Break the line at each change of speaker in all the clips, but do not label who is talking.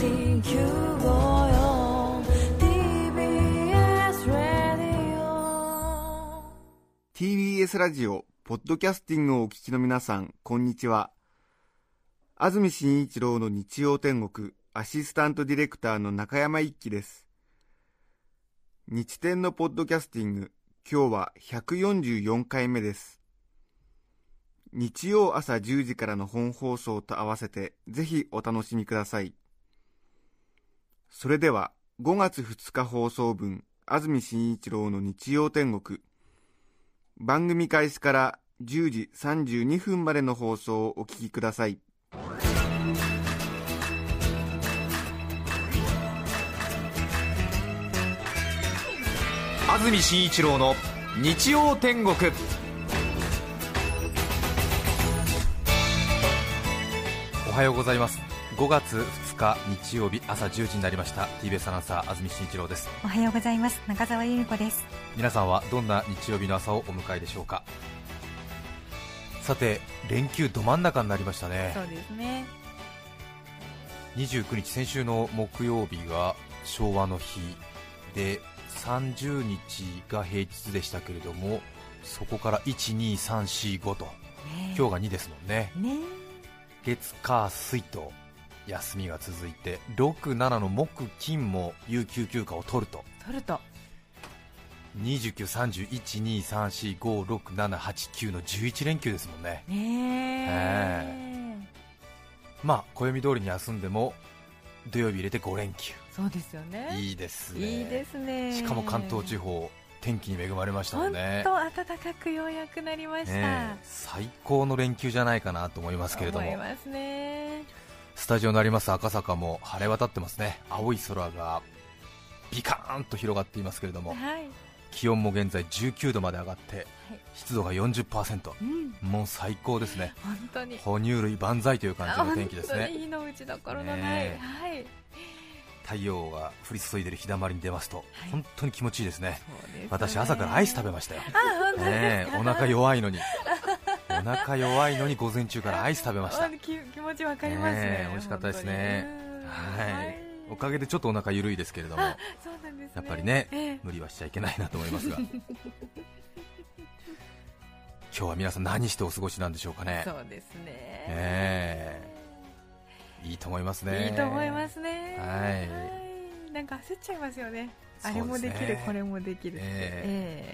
TBS ラジオポッドキャスティングをお聞きの皆さん、こんにちは。安住紳一郎の日曜天国、アシスタントディレクターの中山一輝です。日天のポッドキャスティング、今日は144回目です。日曜朝10時からの本放送と合わせてぜひお楽しみください。それでは5月2日放送分、安住紳一郎の日曜天国、番組開始から10時32分までの放送をお聞きください。
安住紳一郎の日曜天国。おはようございます。5月2日日曜日朝10時になりました。 TBS アナウンサー安住紳一郎です。
おはようございます。中澤由美子です。
皆さんはどんな日曜日の朝をお迎えでしょうか。さて、連休ど真ん中になりましたね。
そうですね。
29日、先週の木曜日が昭和の日で、30日が平日でしたけれども、そこから1、2、3、4、5と、今日が2ですもんね。月火水と休みが続いて、6、7の木金も有給休暇を取ると29、30、1、2、3、4、5、6、7、8、9の11連休ですもんね。まあ暦通りに休んでも土曜日入れて5連休。
そうですよね。
いいですね。
いいですね。
しかも関東地方、天気に恵まれましたもんね。
本当暖かくようやくなりました、
最高の連休じゃないかなと思いますけれども。
思いますね。
スタジオにあります赤坂も晴れ渡ってますね。青い空がビカーンと広がっていますけれども、気温も現在19度まで上がって、湿度が 40%、もう最高ですね。
本当に
哺乳類万歳という感じの天気ですね。
本当にいいのうちどころのない、
太陽が降り注いでる日だまりに出ますと、本当に気持ちいいですね。私朝からアイス食べましたよ。お腹弱いのに午前中からアイス食べました。
気持ちわかりますね。
美味しかったですね。おかげでちょっとお腹緩いですけれども、やっぱりね、無理はしちゃいけないなと思いますが今日は皆さん何してお過ごしなんでしょうかね。
そうですね、
いいと思いますね。
いいと思いますね。なんか焦っちゃいますよね。あれもできる、これもできるって、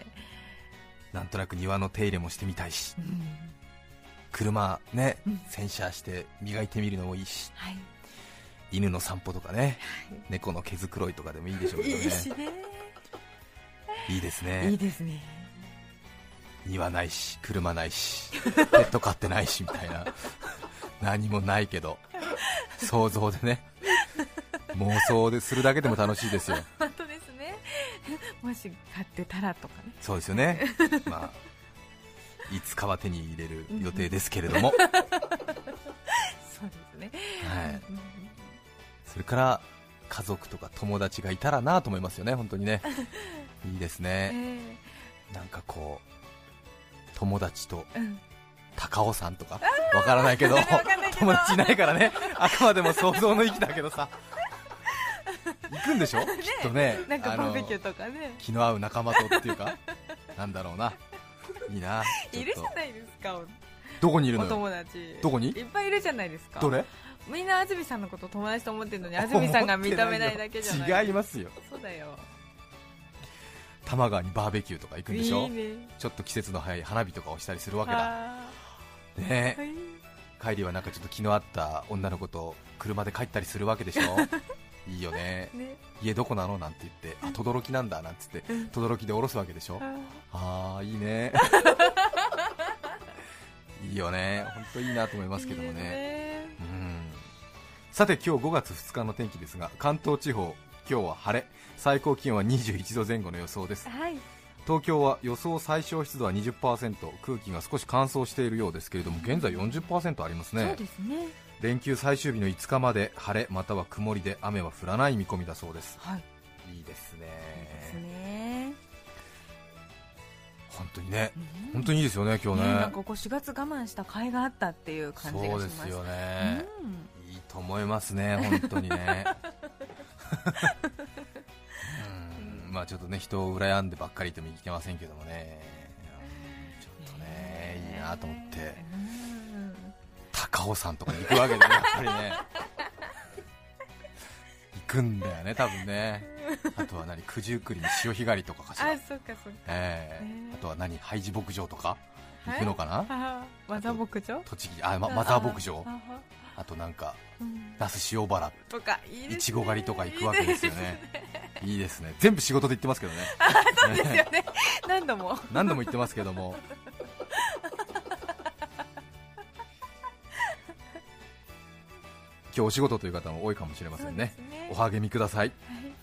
なんとなく庭の手入れもしてみたいし、車ね、洗車して磨いてみるのもいいし、犬の散歩とかね、猫の毛づくろいとかでもいいでしょうけどね。いいですね。いいですね。庭ないし、車ないし、ペット飼ってないしみたいな何もないけど、想像でね、妄想でするだけでも楽しいですよ。
本当ですね。もし飼ってたらとかね。
そうですよね。まあいつかは手に入れる予定ですけれども
そうですね。
それから家族とか友達がいたらなと思いますよね。本当にね、いいですね。なんかこう友達と高尾山とかわからないけど友達いないからね、あくまでも想像の域だけどさ行くんでしょ、きっとね。
なんかバーベキューとかね、
気の合う仲間とっていうかなんだろうな、いいな。
いるじゃないですか。
どこにいるのよ。
お友達
どこに
いっぱいいるじゃないですか。
どれ？
みんな安住さんのこと友達と思ってるのに、安住さんが認めないだけじゃない。
違いますよ。
そうだよ。
多摩川にバーベキューとか行くんでしょ。
いいね。
ちょっと季節の早い花火とかをしたりするわけだね。帰りはなんかちょっと気の合った女の子と車で帰ったりするわけでしょいいよね。家どこなのなんて言って、等々力なんだなんつって等々力で降ろすわけでしょ。いいねいいよね、本当いいなと思いますけどもね。さて今日5月2日の天気ですが、関東地方今日は晴れ、最高気温は21度前後の予想です。東京は予想最小湿度は 20%、 空気が少し乾燥しているようですけれども、現在 40% ありますね。
そうですね。
連休最終日の5日まで晴れまたは曇りで、雨は降らない見込みだそうです。いいですね。本当にね、本当にいいですよね今日ね。
なんかこう4月我慢した甲斐があったっていう感じがします。
そうですよね、いいと思いますね、本当にねまあちょっとね、人を羨んでばっかりともいけませんけどもね、ちょっとね、いいなと思って、高尾山とかに行くわけで、やっぱりね行くんだよね、多分ね。あとは九十九里に潮干狩りとかかしら。
あ、そうかそうか。
あとはハイジ牧場とか行くのかな、
マザー牧場、
栃木、マザー牧場、あと那須塩原
とか、い
ちご狩りとか行くわけですよね。いいですね、全部仕事で行ってますけどね。
そうですよね何度も
行ってますけども今日お仕事という方も多いかもしれません ね。お励みください、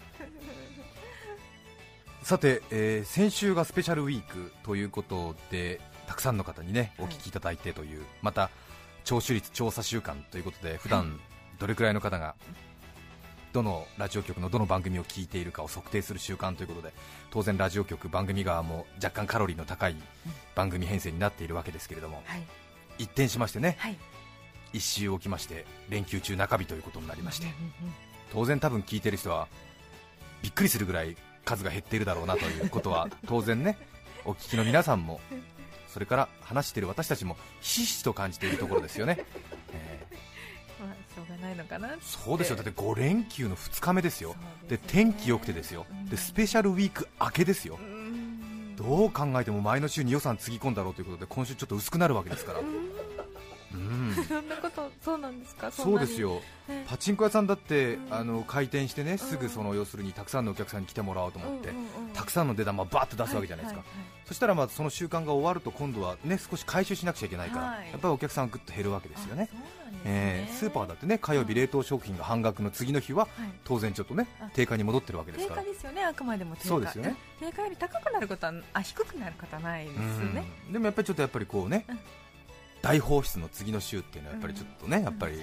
さて、先週がスペシャルウィークということで、たくさんの方にねお聞きいただいてという、また聴取率調査週間ということで、普段どれくらいの方がどのラジオ局のどの番組を聞いているかを測定する週間ということで、当然ラジオ局番組側も若干カロリーの高い番組編成になっているわけですけれども、一転しましてね、一周置きまして連休中中日ということになりまして、当然多分聞いている人はびっくりするぐらい数が減っているだろうなということは当然ね、お聞きの皆さんも、それから話している私たちもひしひしと感じているところですよね。
まあ、しょうがないのかなって。
そうですよ、だって5連休の2日目ですよ。で天気良くてですよ、でスペシャルウィーク明けですよ。どう考えても前の週に予算つぎ込んだろうということで、今週ちょっと薄くなるわけですから。
そんなこと、そうなんですか。
そうですよ、パチンコ屋さんだって、開店してね、すぐ要するにたくさんのお客さんに来てもらおうと思って、たくさんの出玉をバーッと出すわけじゃないですか。そしたらその習慣が終わると今度はね少し回収しなくちゃいけないから、やっぱりお客さんはぐっと減るわけですよね。スーパーだってね、火曜日冷凍食品が半額の次の日は、当然ちょっとね定価に戻ってるわけですから。
定価ですよね、あくまでも定価。
そうですよね、
定価より高くなることは、低くなることはないですよね。
でもやっぱりちょっとこうね、大放出の次の週っていうのはやっぱりちょっとね、やっぱり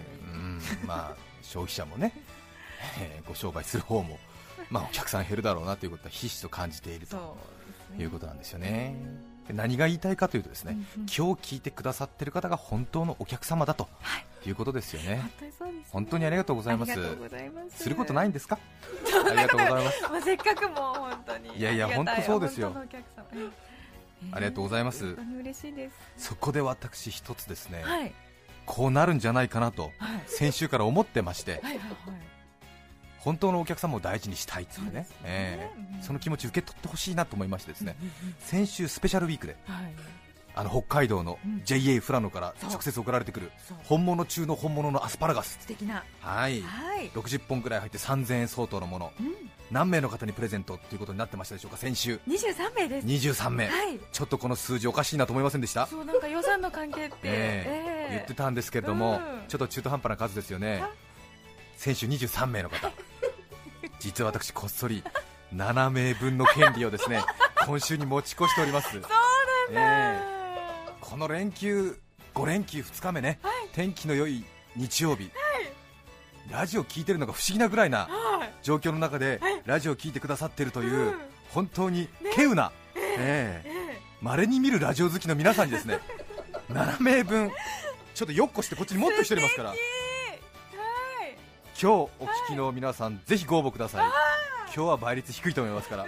消費者もねご商売する方もお客さん減るだろうなということはひしひしと感じているということなんですよね。で何が言いたいかというとですね、今日聞いてくださっている方が本当のお客様だということですよね。本当にありがとうございます。することないんですか？ありがとうございます。
せっかくも本当に、
いやいや本当そうですよ。ありがとうございます。
本当に嬉しいです。
そこで私一つですね、こうなるんじゃないかなと、先週から思ってまして、本当のお客様を大事にしたいっていうね、その気持ち受け取ってほしいなと思いましてですね、先週スペシャルウィークで、北海道の JA 富良野から直接送られてくる本物中の本物のアスパラガス、
素敵な、
60本くらい入って3000円相当のもの、何名の方にプレゼントということになってましたでしょうか。先週
23名です。
23名、ちょっとこの数字おかしいなと思いませんでした？
そう、なんか予算の関係って、
言ってたんですけれども、ちょっと中途半端な数ですよね。先週23名の方実は私こっそり7名分の権利をですね今週に持ち越しております。そうなんだ、この連休5連休2日目ね、天気の良い日曜日、ラジオ聞いてるのが不思議なぐらいな状況の中でラジオ聞いてくださっているという、本当に稀有な、稀に見るラジオ好きの皆さんにですね7名分ちょっとよっこしてこっちにもっとしておりますから、今日お聞きの皆さんぜひご応募ください。今日は倍率低いと思いますから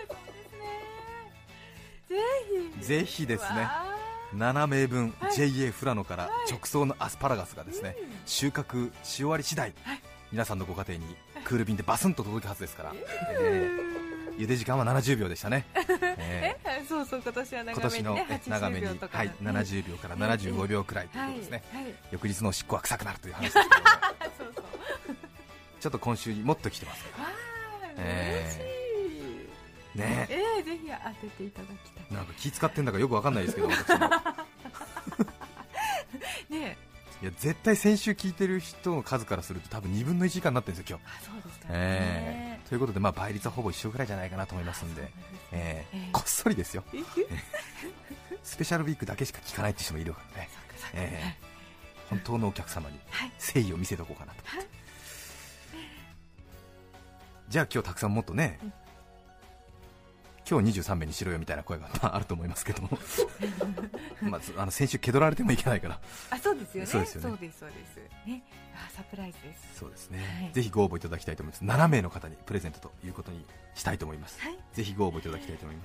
ぜひですね、7名分 JA 富良野から直送のアスパラガスがですね、収穫し終わり次第、皆さんのご家庭にクール便でバスンと届くはずですから、茹で時間は70秒でしたね。
そうそう、今年は
今年の長めに、70秒から75秒くらいということですね。翌日のおしっこは臭くなるという話ですけどもちょっと今週にもっと来てますから、
嬉しい
ね。
ぜひ当てていただきたい。
なんか気使ってんだかよくわかんないですけど私も
ね、
いや絶対先週聞いてる人の数からすると多分2分の1以下になってるんですよ今日。
そうですかね、
ということで、倍率はほぼ一緒ぐらいじゃないかなと思いますんで、こっそりですよスペシャルウィークだけしか聞かないって人もいるからね、本当のお客様に誠意を見せておこうかなと思って、じゃあ今日たくさんもっとね、 今日23名にしろよみたいな声があると思いますけどもまあ、先週蹴取られてもいけないから。
そうですよね。
そうですよね。
そうですそうですね。サプライズです。
そうですね、はい、ぜひご応募いただきたいと思います。7名の方にプレゼントということにしたいと思います、はい、ぜひご応募いただきたいと思います、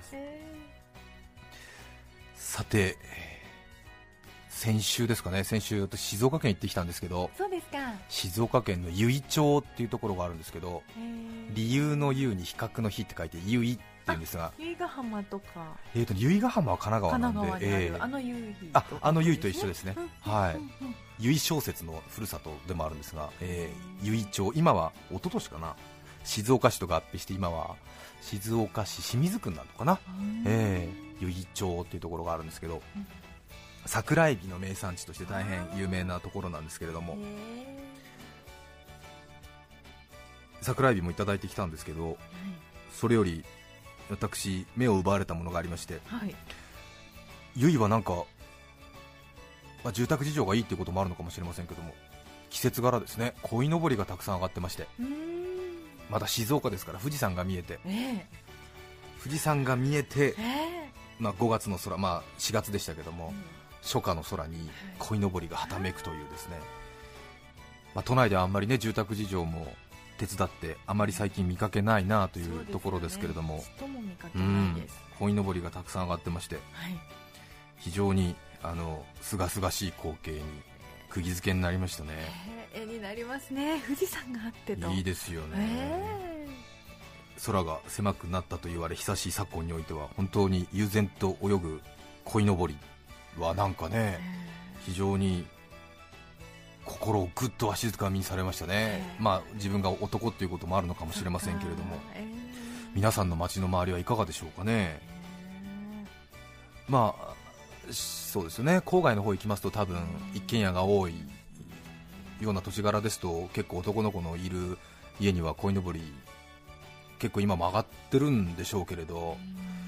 さて、先週ですかね、先週私静岡県行ってきたんですけど。
そうですか。
静岡県の由比町っていうところがあるんですけど、理由の由に比較の比って書いて由比っていうんですが、
由比ヶ浜とか、
由比ヶ浜は神奈川なんで、
あの由比、
あの由比と一緒ですね、はい、由比小説のふるさとでもあるんですが、由比町、今は一昨年かな、静岡市と合併して今は静岡市清水区になるのかな、由比町っていうところがあるんですけど、桜エビの名産地として大変有名なところなんですけれども、桜エビもいただいてきたんですけど、それより私目を奪われたものがありまして、由比はなんか、住宅事情がいいっていうこともあるのかもしれませんけども、季節柄ですね、鯉のぼりがたくさん上がってまして、まだ静岡ですから富士山が見えて、富士山が見えて、5月の空、4月でしたけども、初夏の空に鯉のぼりがはためくというですね、都内ではあんまりね、住宅事情も手伝ってあまり最近見かけないなというところですけれども、鯉のぼりがたくさん上がってまして、非常にすがすがしい光景に釘付けになりましたね。
絵になりますね、富士山があってと。
いいですよね、空が狭くなったと言われ久しい昨今においては、本当に悠然と泳ぐ鯉のぼりはなんかね、非常に心をぐっとわしづかみにされましたね。自分が男っていうこともあるのかもしれませんけれども、皆さんの街の周りはいかがでしょうかね。そうですよね、郊外の方行きますと多分一軒家が多いような土地柄ですと、結構男の子のいる家には鯉のぼり結構今も上がってるんでしょうけれど、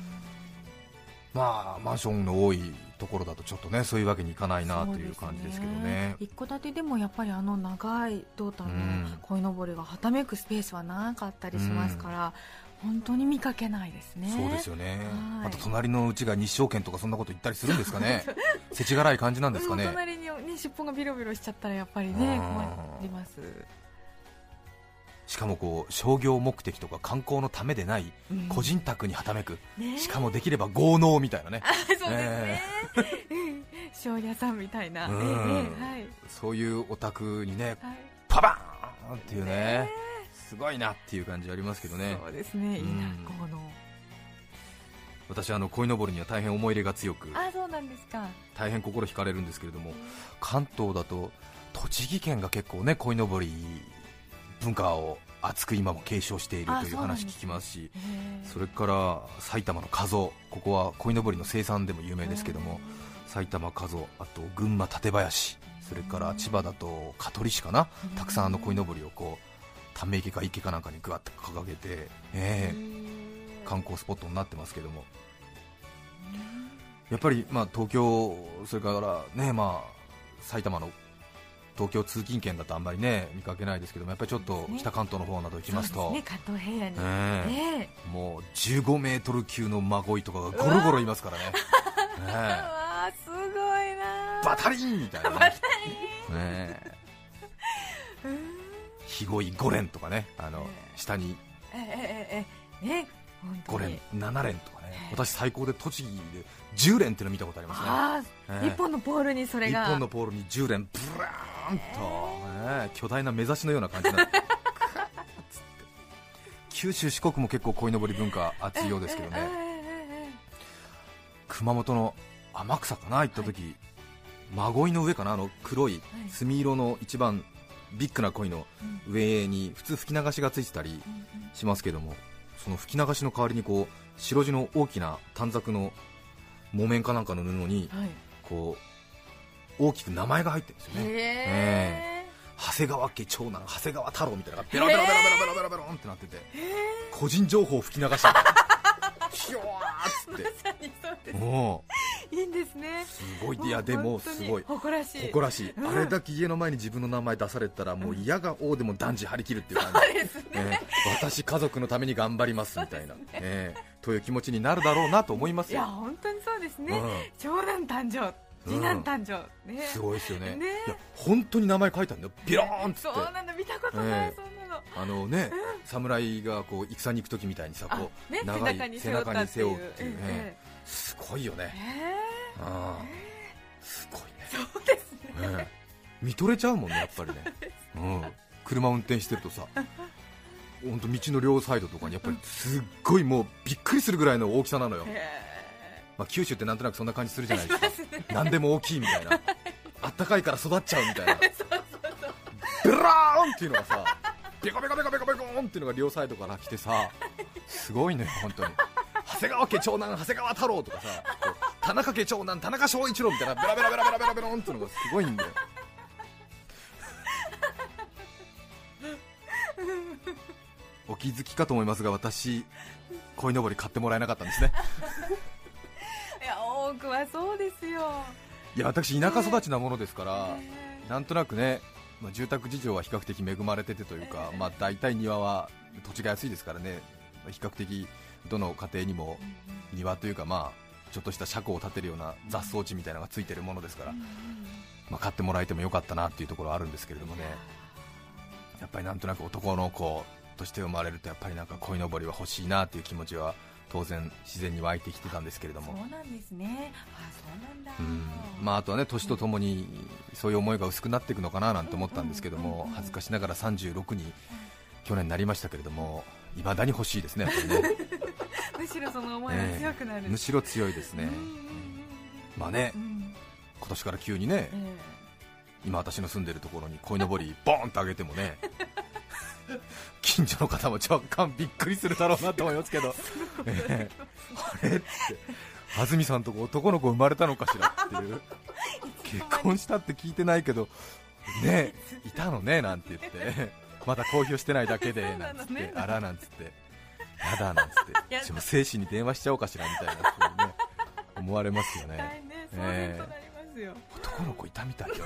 マンションの多いところだとちょっとね、そういうわけにいかないなという感じですけどね。
一戸建てでもやっぱり長い胴体の鯉のぼりがはためくスペースはなかったりしますから、本当に見かけないですね。
そうですよね、あと隣のうちが日照圏とかそんなこと言ったりするんですかね世知辛い感じなんですかね。
隣に、尻尾がビロビロしちゃったらやっぱりね、困ります。
しかも商業目的とか観光のためでない個人宅にはためく、しかもできれば豪農みたいなね
そうですね、庄屋さんみたいな、
そういうお宅にね、パバーンっていうね、すごいなっていう感じありますけどね。
そうですね、いいな、豪農。
私鯉のぼりには大変思い入れが強く、
そうなんですか。
大変心惹かれるんですけれども、関東だと栃木県が結構ね、鯉のぼり文化を熱く今も継承しているという話聞きますし、それから埼玉の加須、ここは鯉のぼりの生産でも有名ですけども、埼玉加須、あと群馬館林、それから千葉だと香取市かな、たくさん鯉のぼりをため池か池かなんかにぐわっと掲げて、観光スポットになってますけども、やっぱり東京、それからね、埼玉の東京通勤圏だとあんまりね見かけないですけども、やっぱりちょっと北関東の方など行きますと、
関東平野に、
もう15メートル級のマゴイとかがゴロゴロいますからね
すごいな、
バタリンみたいなねヒゴイ5連とかね、下に5連7連とかね、私最高で栃木で10連っていうの見たことありますね。
1本のポールにそれが、
1本のポールに10連ブラーンと、巨大な目指しのような感じになって九州四国も結構鯉のぼり文化熱いようですけどね、熊本の天草かな行った時、マゴイの上かな、黒い墨色の一番ビッグな鯉の上に普通吹き流しがついてたりしますけども、その吹き流しの代わりに白地の大きな短冊の木綿かなんかの布に大きく名前が入ってるんですよね。長谷川家長男長谷川太郎みたいなのがベロベロベロベロベロベロベロンってなってて、個人情報を吹き流してヒョワーっつって、
まさにそうです、いいんですね。
すごい、いやでもすごい
誇らしい、
誇らしい、あれだけ家の前に自分の名前出されたらもう嫌が王でも断じ張り切るっていう感じ、
そうですね、
私家族のために頑張りますみたいな、 という気持ちになるだろうなと思いますよ。
いや本当にそうですね、長男誕生、次男誕生、ね、
すごいですよね。
ね、
いや本当に名前書いたんだよ、ビローンっつって。
そうなんだ、見たことない、そんなの。
ね、侍がこう戦に行く時みたいにさ、こう長い背中に背負うっていうね、すごいよね。すごいね。
そうですね。
見とれちゃうもんね、やっぱりね。車運転してるとさ、本当道の両サイドとかにやっぱりすっごいもうびっくりするぐらいの大きさなのよ。まあ、九州ってなんとなくそんな感じするじゃないですか。何でも大きいみたいな、あったかいから育っちゃうみたいな。ブラーンっていうのがさ、ベコベコベコベコベコーンっていうのが両サイドから来てさ、すごいね本当に。長谷川家長男長谷川太郎とかさ、田中家長男田中翔一郎みたいなベラベラベラベラベラベランっていうのがすごいんだよ。お気づきかと思いますが、私鯉のぼり買ってもらえなかったんですね。
いや多くはそうですよ。
いや私田舎育ちなものですから、なんとなくね、住宅事情は比較的恵まれててというか、大体庭は土地が安いですからね、比較的どの家庭にも庭というか、ちょっとした車庫を建てるような雑草地みたいなのがついてるものですから、買ってもらえてもよかったなっていうところはあるんですけれどもね、やっぱりなんとなく男の子として生まれるとやっぱりなんか鯉のぼりは欲しいなっていう気持ちは当然自然に湧いてきてたんですけれども。
そうなんですね。そうなんだ。
あとはね、年とともにそういう思いが薄くなっていくのかななんて思ったんですけども、恥ずかしながら36に去年なりましたけれども、未だに欲しいですね、やっぱりね。
むしろその思いが強くなる、
むしろ強いですね。今年から急にね、今私の住んでるところに鯉のぼりボーンと上げてもね、近所の方も若干びっくりするだろうなと思いますけど、あれって安住さんとこ男の子生まれたのかしらっていう、結婚したって聞いてないけどね、いたのねなんて言って、まだ公表してないだけでなんつって、あらなんつって、やだなんつって女性誌に電話しちゃおうかしらみたいな、そうね思われますよね。男の子いたみたいよ。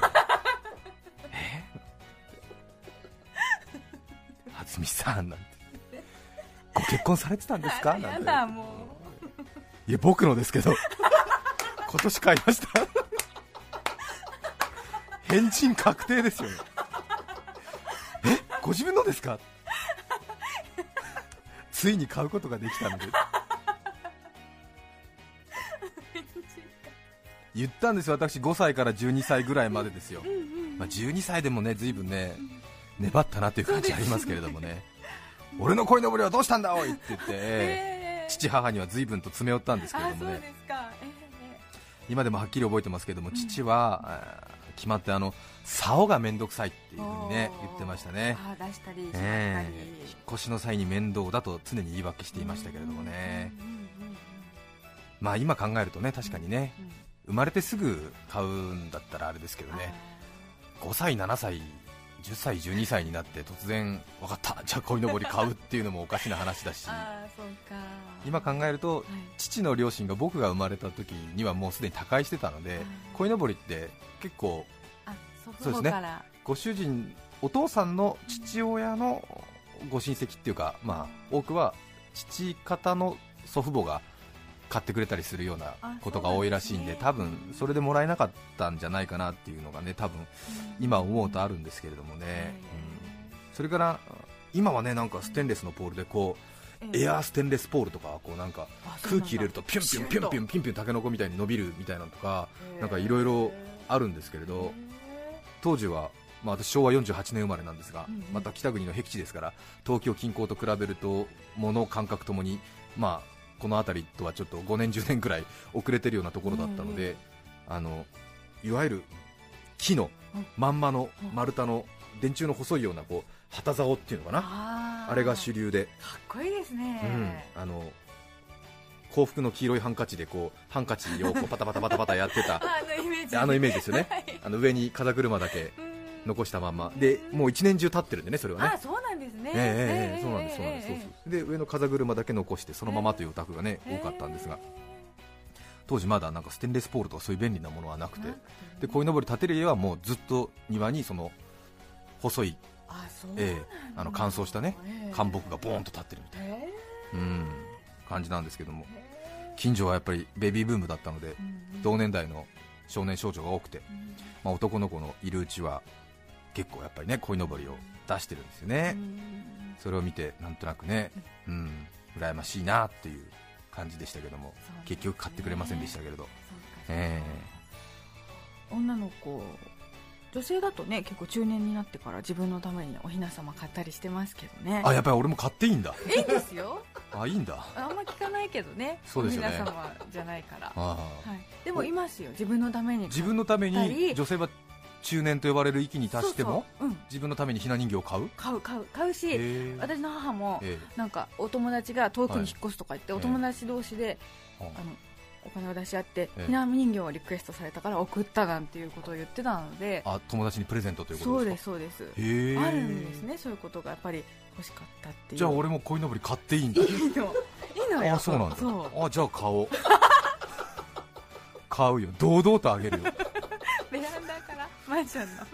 安住さんなんて、ご結婚されてたんですかなんて。
やだもう。
いや僕のですけど今年買いました。返信確定ですよね。ご自分のですか。ついに買うことができたので言ったんですよ。私5歳から12歳ぐらいまでですよ。12歳でもね随分ね粘ったなという感じありますけれどもね。俺の鯉のぼりはどうしたんだおいって言って、父母には随分と詰め寄ったんですけれどもね。今でもはっきり覚えてますけども、父は決まって竿がめんどくさいっていう風にね言ってましたね。
出したり引っ
越しの際に面倒だと常に言い訳していましたけれどもね。今考えるとね、確かにね、生まれてすぐ買うんだったらあれですけどね、5歳7歳10歳12歳になって突然分かったじゃあ鯉のぼり買うっていうのもおかしな話だし今考えると、父の両親が僕が生まれた時にはもうすでに他界してたので、鯉のぼりって結構そうですね、ご主人お父さんの父親のご親戚っていうか、多くは父方の祖父母が買ってくれたりするようなことが多いらしいんで、多分それでもらえなかったんじゃないかなっていうのがね、多分今思うとあるんですけれどもね。それから今はね、なんかステンレスのポールでこうエアーステンレスポールとか、こうなんか空気入れるとピュンピュンピュンピュンピュンピュンタケノコみたいに伸びるみたいなのとか、なんかいろいろあるんですけれど、当時は私昭和48年生まれなんですが、また北国の僻地ですから、東京近郊と比べると物感覚ともにこの辺りとはちょっと5年10年くらい遅れてるようなところだったので、いわゆる木のまんまの丸太の電柱の細いようなこう旗竿っていうのかな、あれが主流で
かっこいいですね。
幸福の黄色いハンカチでこうハンカチをこうパタパタパタパタやってたあのイメージですよね。上に風車だけ残したまんまで、もう一年中立ってるんでね、それはね。
そうなんですね。
そうなんです、そうなんです。で上の風車だけ残してそのままというお宅がね多かったんですが、当時まだなんかステンレスポールとかそういう便利なものはなくて、で鯉のぼり建てる家はもうずっと庭にその細い乾燥したね干木がボーンと立ってるみたいな感じなんですけども、近所はやっぱりベビーブームだったので、同年代の少年少女が多くて、男の子のいるうちは結構やっぱりね鯉のぼりを出してるんですよね。それを見てなんとなくね、羨ましいなっていう感じでしたけども、結局買ってくれませんでしたけれど、
女の子、女性だとね結構中年になってから自分のためにおひな様買ったりしてますけどね。
あ、やっぱり俺も買っていいんだ。
いいんですよ。
あ、いいんだ。
あんま聞かないけどね。
そうですよね。
おひな様じゃないから。
はい、
でもいますよ、自分のために。
自分のために女性は中年と呼ばれる域に達しても、自分のためにひな人形を買うし、私の母もなんかお友達が遠くに引っ越すとか言って、お友達同士でお金を出し合ってひな人形をリクエストされたから送ったなんていうことを言ってたので、 友達にプレゼントということですか。
そうですあるんですね、そういうことがやっぱり欲しかったっていう。
じゃあ俺も鯉のぼり買っていいんだ。いい
のよ。
あ、そうなんだ。じゃあ買おう。買うよ、堂々とあげるよ。
ベランダからマンションの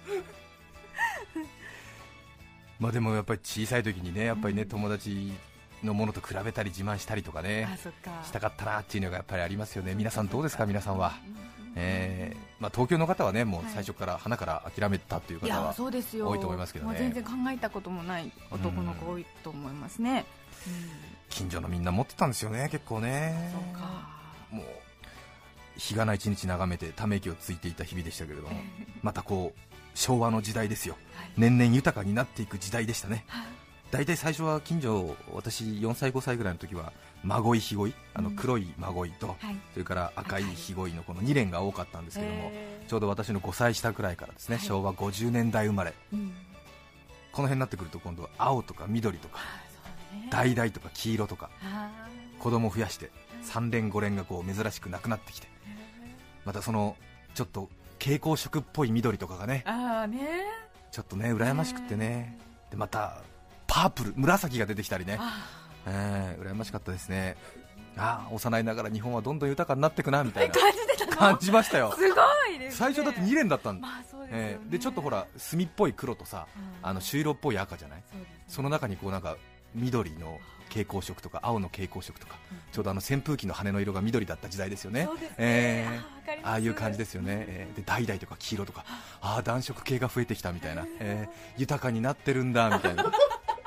まあでもやっぱり小さい時にね、やっぱりね、友達のものと比べたり自慢したりとかね、したかったなっていうのがやっぱりありますよね。皆さんどうですか、皆さんは。東京の方はね、もう最初から花から諦めたという方は多いと思いますけどね。
全然考えたこともない男の子多いと思いますね。
近所のみんな持ってたんですよね、結構ね。
そうか。
もう日がな一日眺めてため息をついていた日々でしたけれども、またこう昭和の時代ですよ、年々豊かになっていく時代でしたね。だいたい最初は近所、私4歳5歳ぐらいの時はまごいひごい、黒いまごいと、それから赤いひごいのこの2連が多かったんですけども、ちょうど私の5歳下くらいからですね、昭和50年代生まれ、この辺になってくると今度は青とか緑とか橙とか黄色とか、子供を増やして3連5連がこう珍しくなくなってきて、またそのちょっと蛍光色っぽい緑とかがね、ちょっとね羨ましくってね、でまたパープル、紫が出てきたりね、羨ましかったですね。幼いながら日本はどんどん豊かになっていくなみたいな感じましたよ。
すごいですね。
最初だって2連だったんだ、でちょっとほら墨っぽい黒とさ、朱色っぽい赤じゃない、その中にこうなんか緑の蛍光色とか青の蛍光色とか、ちょうど扇風機の羽の色が緑だった時代ですよね。ああいう感じですよね。で橙とか黄色とか、暖色系が増えてきたみたいな、豊かになってるんだみたいな。す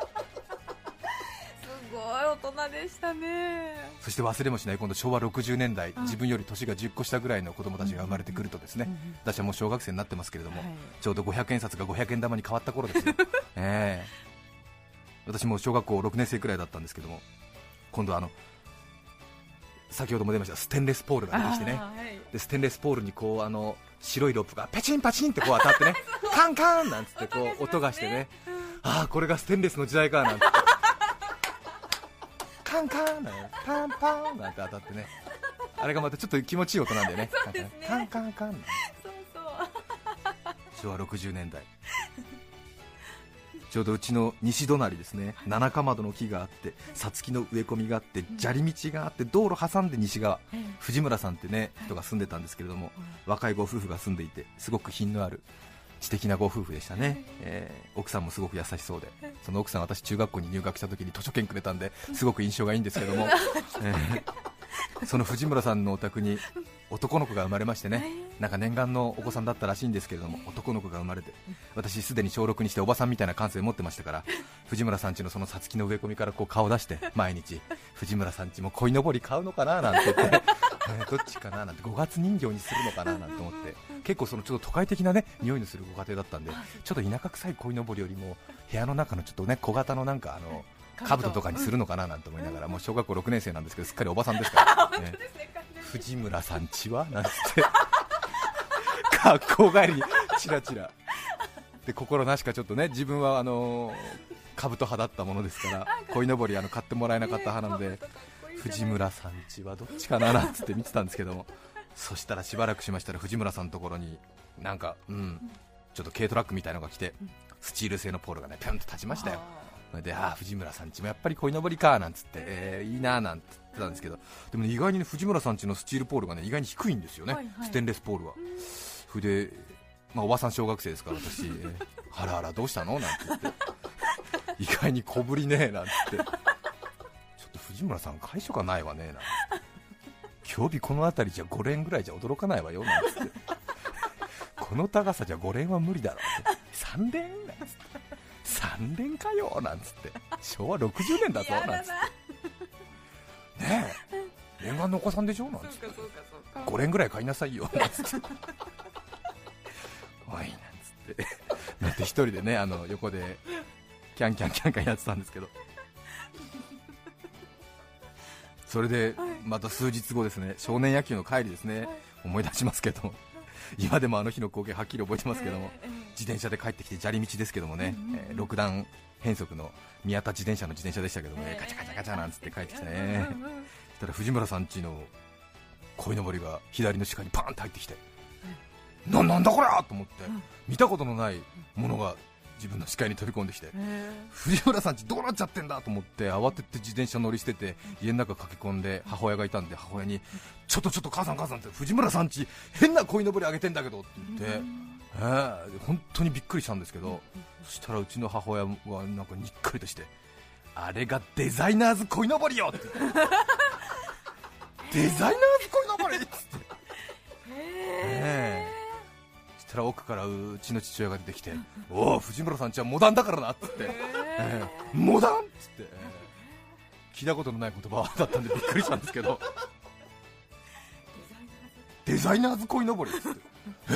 ごい大人でしたね。
そして忘れもしない、今度昭和60年代、自分より年が10個下ぐらいの子供たちが生まれてくるとですね、私はもう小学生になってますけれども、ちょうど500円札が500円玉に変わった頃ですよ。私も小学校6年生くらいだったんですけども、今度先ほども出ましたステンレスポールが出てきてね、でステンレスポールにこう白いロープがパチンパチンってこう当たってねカンカンなんつってこう音がしてね、これがステンレスの時代かなんつってカンカンなんてパンパンなんて当たってね、あれがまたちょっと気持ちいい音なんだよね。カンカンカンなんて。昭和60年代ちょうどうちの西隣ですね、七かまどの木があって、さつきの植え込みがあって、砂利道があって、道路挟んで西側、藤村さんってね人が住んでたんですけれども、若いご夫婦が住んでいて、すごく品のある知的なご夫婦でしたね。奥さんもすごく優しそうで、その奥さん、私中学校に入学した時に図書券くれたんですごく印象がいいんですけども、その藤村さんのお宅に男の子が生まれましてね、なんか念願のお子さんだったらしいんですけれども、男の子が生まれて、私すでに小6にしておばさんみたいな感性持ってましたから、藤村さん家のそのさつきの植え込みからこう顔出して、毎日藤村さん家も鯉のぼり買うのかななんて言って、どっちかななんて、5月人形にするのかななんて思って、結構そのちょっと都会的なね匂いのするご家庭だったんで、ちょっと田舎臭い鯉のぼりよりも部屋の中のちょっとね小型のなんか兜とかにするのかななんて思いながら、もう小学校6年生なんですけど、すっかりおばさんですから、藤村さんちはなんつって学校帰りにチラチラで、心なしかちょっとね、自分は兜派だったものですから鯉のぼり買ってもらえなかった派なので、藤村さんちはどっちかななんつって見てたんですけども、そしたらしばらくしましたら藤村さんのところになんか、ちょっと軽トラックみたいのが来て、スチール製のポールがねピョンと立ちましたよ。で藤村さんちもやっぱり鯉のぼりかなんつって、いいななんて言ってたんですけど、でも、ね、意外に、ね、藤村さんちのスチールポールがね意外に低いんですよね、ステンレスポールは。それで、おばさん小学生ですから私、あらあらどうしたのなんて言って意外に小ぶりねなんて言って、ちょっと藤藤村さん会所がないわねなんて今日日この辺りじゃ5連ぐらいじゃ驚かないわよなんつってこの高さじゃ5連は無理だろって3連なんつって3連かよなんつって昭和60年だぞなんつってねえ念願のお子さんでしょなんつって5連ぐらい買いなさいよなんつっておいなんつってだって一人でね横でキャンキャンキャンキャンやってたんですけど、それでまた数日後ですね、少年野球の帰りですね、思い出しますけど、今でもあの日の光景はっきり覚えてますけども、自転車で帰ってきて砂利道ですけどもね、6段変速の宮田自転車の自転車でしたけどね、ガチャガチャガチャなんつって帰ってきてね、そしたら藤村さん家の鯉のぼりが左の視界にパーンって入ってきて、なんだこれと思って、見たことのないものが自分の視界に飛び込んできて、藤村さん家どうなっちゃってんだと思って慌てて自転車乗り捨てて家の中駆け込んで、母親がいたんで母親にちょっと母さんって藤村さん家変な鯉のぼりあげてんだけどって言って、本当にびっくりしたんですけど、そしたらうちの母親はなんかにっかりとして、あれがデザイナーズ鯉のぼりよって言ってデザイナーズ鯉のぼりっつってそしたら奥からうちの父親が出てきて、おお藤村さん家はモダンだからなっつって、モダンっつって、聞いたことのない言葉だったんでびっくりしたんですけどデザイナーズ鯉のぼりっつって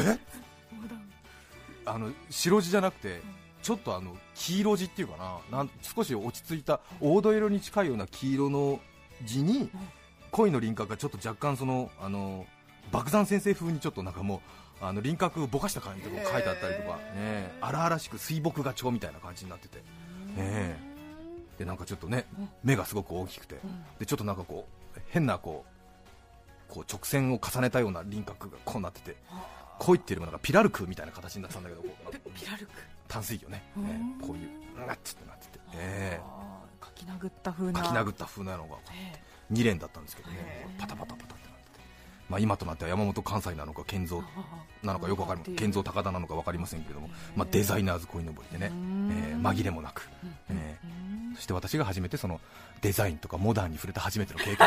白地じゃなくてちょっと黄色地っていうかな、少し落ち着いた黄土色に近いような黄色の地に鯉の輪郭がちょっと若干爆山先生風にちょっとなんかもう輪郭ぼかした感じで書いてあったりとか、荒々しく水墨画調みたいな感じになってて、でなんかちょっとね目がすごく大きくて、でちょっとなんかこう変なこう直線を重ねたような輪郭がこうなってて、鯉っていうよりもなんかピラルクみたいな形になってたんだけど、
ピラルク
淡水魚ね、こういうガッチってなってて、
書き殴った風な
のが2連だったんですけどね、パタパタパタってなってて、まあ、今となっては山本関西なのか健三なのかよくわかりません、健三高田なのか分かりませんけれども、まあ、デザイナーズ鯉のぼりでね、紛れもなく、そして私が初めてそのデザインとかモダンに触れた初めての経験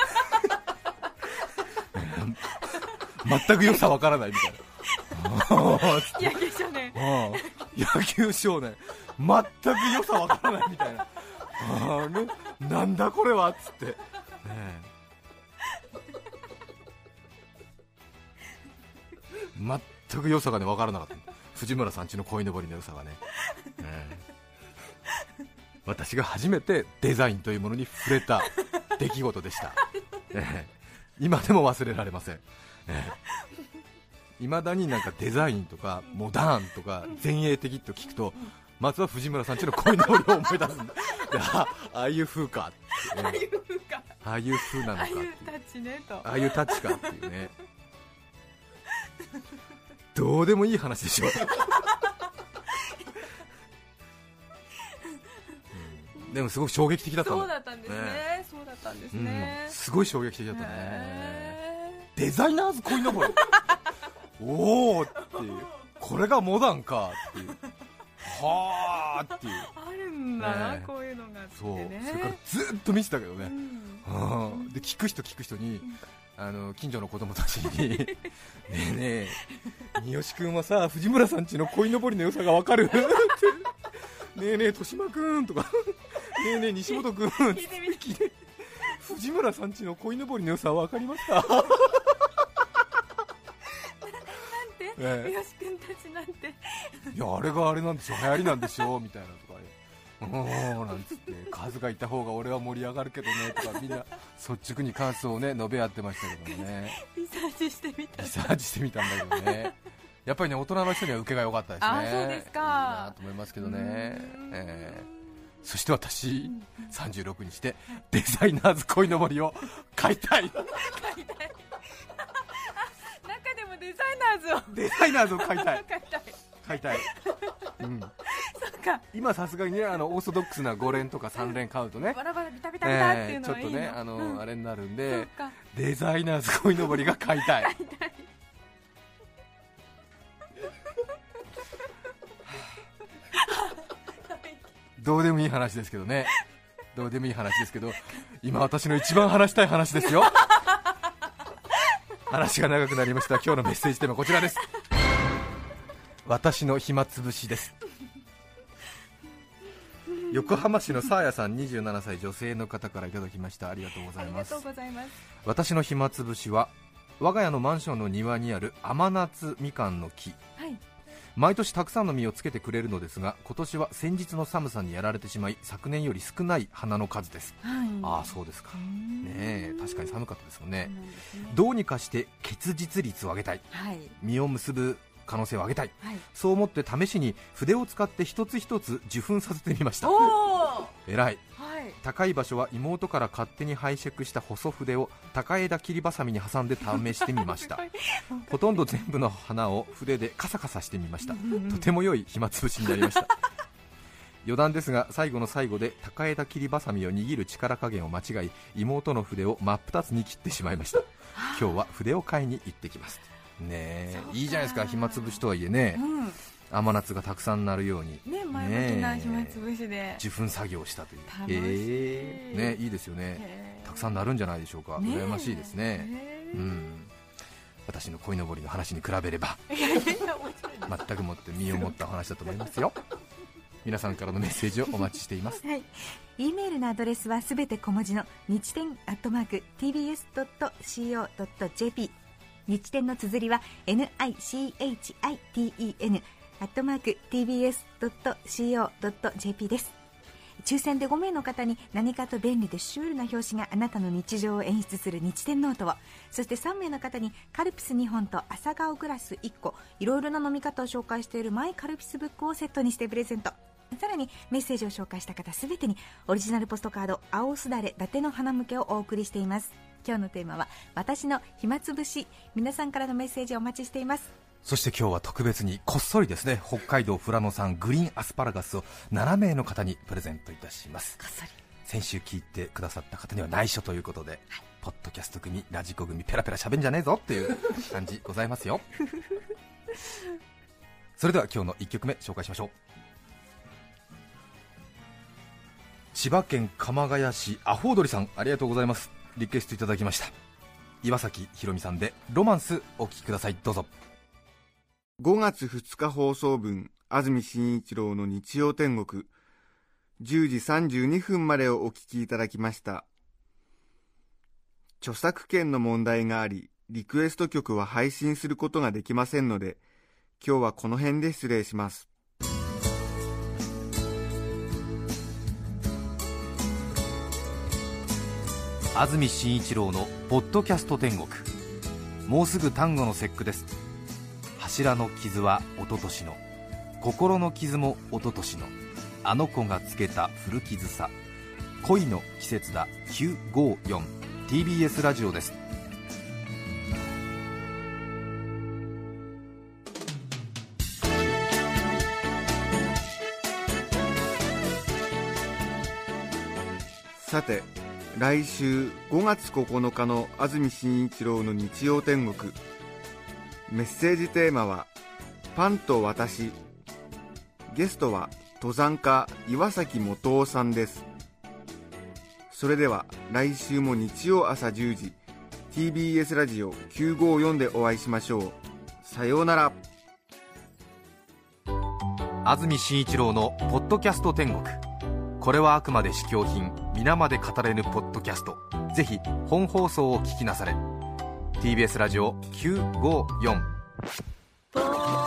全く良さわからないみたいな
野球少年
野球少年全く良さわからないみたいななんだこれはっつって、全く良さがね分からなかった。藤村さん家の鯉のぼりの良さがね、私が初めてデザインというものに触れた出来事でした、今でも忘れられません。いまだになんかデザインとかモダンとか前衛的と聞くとまずは藤村さん家の鯉のぼりを思い出すんだああいう風かって、ああいう風なのかっていう、ああいうタッチかっていうねどうでもいい話でしょでもすごく衝撃的だったんだ。
そうだったんですね、そうだったんですね、
すごい衝撃的だったね。デザイナーズ鯉のぼりおーっていう、これがモダンかっていう、はーっていう、
あるんだな、こういうのがあってね。
それからずっと見てたけどね、で聞く人に近所の子供たちにねえ三好君はさ藤村さん家の鯉のぼりの良さが分かるってねえねえ豊島君とかねえねえ西本君って聞いて藤村さん家の鯉のぼりの良さは分かりますかなん
て、三好君たちなんて
いやあれがあれなんでしょ、流行りなんでしょみたいなとかなんつって数がいた方が俺は盛り上がるけどねとかみんな率直に感想をね述べ合ってましたけどもね
リサーチしてみた
んだけどねやっぱりね大人の人には受けが良かったですね。
あ、そうですか、
いいなと思いますけどね、そして私36にしてデザイナーズ鯉のぼりを買いたい
中でもデザイナーズを
買いたい
そうか、
今さすがにねオーソドックスな5連とか3連買うとね
バラバラビタビタビタっていうの
ちょっと
はいいの、
ねあれになるんでデザイナーズ鯉のぼりが買いたいどうでもいい話ですけどね、 どうでもいい話ですけど、今私の一番話したい話ですよ。話が長くなりました。今日のメッセージテーマこちらです。私の暇つぶしです。横浜市のさあやさん、27歳女性の方からいただきました。ありがとうございます。私の暇つぶしは我が家のマンションの庭にある甘夏みかんの木、はい、毎年たくさんの実をつけてくれるのですが、今年は先日の寒さにやられてしまい、昨年より少ない花の数です、はい、ああそうですかね。確かに寒かったですもんね。どうにかして結実率を上げたい、はい、実を結ぶ可能性を上げたい、はい、そう思って試しに筆を使って一つ一つ受粉させてみました。えらい、はい、高い場所は妹から勝手に拝借した細筆を高枝切りばさみに挟んで試してみました。ほとんど全部の花を筆でカサカサしてみました。とても良い暇つぶしになりました。余談ですが、最後の最後で高枝切りばさみを握る力加減を間違い、妹の筆を真っ二つに切ってしまいました。今日は筆を買いに行ってきますね。いいじゃないですか、暇つぶしとはいえね、甘夏がたくさんなるように、ね、前向きな暇つぶしで受粉作業をしたという、ね、いいですよね。たくさんなるんじゃないでしょうか。羨ましいですね。私の鯉のぼりの話に比べれば全くもって身を持ったお話だと思いますよ。皆さんからのメッセージをお待ちしています。はい、E メールのアドレスはすべて小文字の日天@tbs.co.jp、 日天の綴りは NICHITEN @tbs.co.jp です。抽選で5名の方に何かと便利でシュールな表紙があなたの日常を演出する日天ノートを、そして3名の方にカルピス2本と朝顔グラス1個、いろいろな飲み方を紹介しているマイカルピスブックをセットにしてプレゼント。さらにメッセージを紹介した方すべてにオリジナルポストカード青すだれ伊達の花向けをお送りしています。今日のテーマは私の暇つぶし。皆さんからのメッセージをお待ちしています。そして今日は特別にこっそりですね、北海道富良野産グリーンアスパラガスを7名の方にプレゼントいたします。こっそり先週聞いてくださった方には内緒ということで、はい、ポッドキャスト組ラジコ組ペラペラ喋んじゃねえぞっていう感じございますよ。それでは今日の1曲目紹介しましょう。千葉県鎌ヶ谷市アホウドリさん、ありがとうございます。リクエストいただきました。岩崎宏美さんでロマンスお聴きください。どうぞ。
5月2日放送分、安住紳一郎の日曜天国、10時32分までをお聞きいただきました。著作権の問題があり、リクエスト曲は配信することができませんので、今日はこの辺で失礼します。
安住紳一郎のポッドキャスト天国、もうすぐ端午の節句です。柱の傷は一昨年の、心の傷も一昨年の、あの子がつけた古傷さ、恋の季節だ954 TBS ラジオです。
さて、来週5月9日の安住紳一郎の日曜天国、メッセージテーマはパンと私。ゲストは登山家岩崎元夫さんです。それでは来週も日曜朝10時 TBS ラジオ954でお会いしましょう。さようなら。
安住紳一郎のポッドキャスト天国、これはあくまで試供品、皆まで語れぬポッドキャスト。ぜひ本放送を聞きなされ。 TBS ラジオ954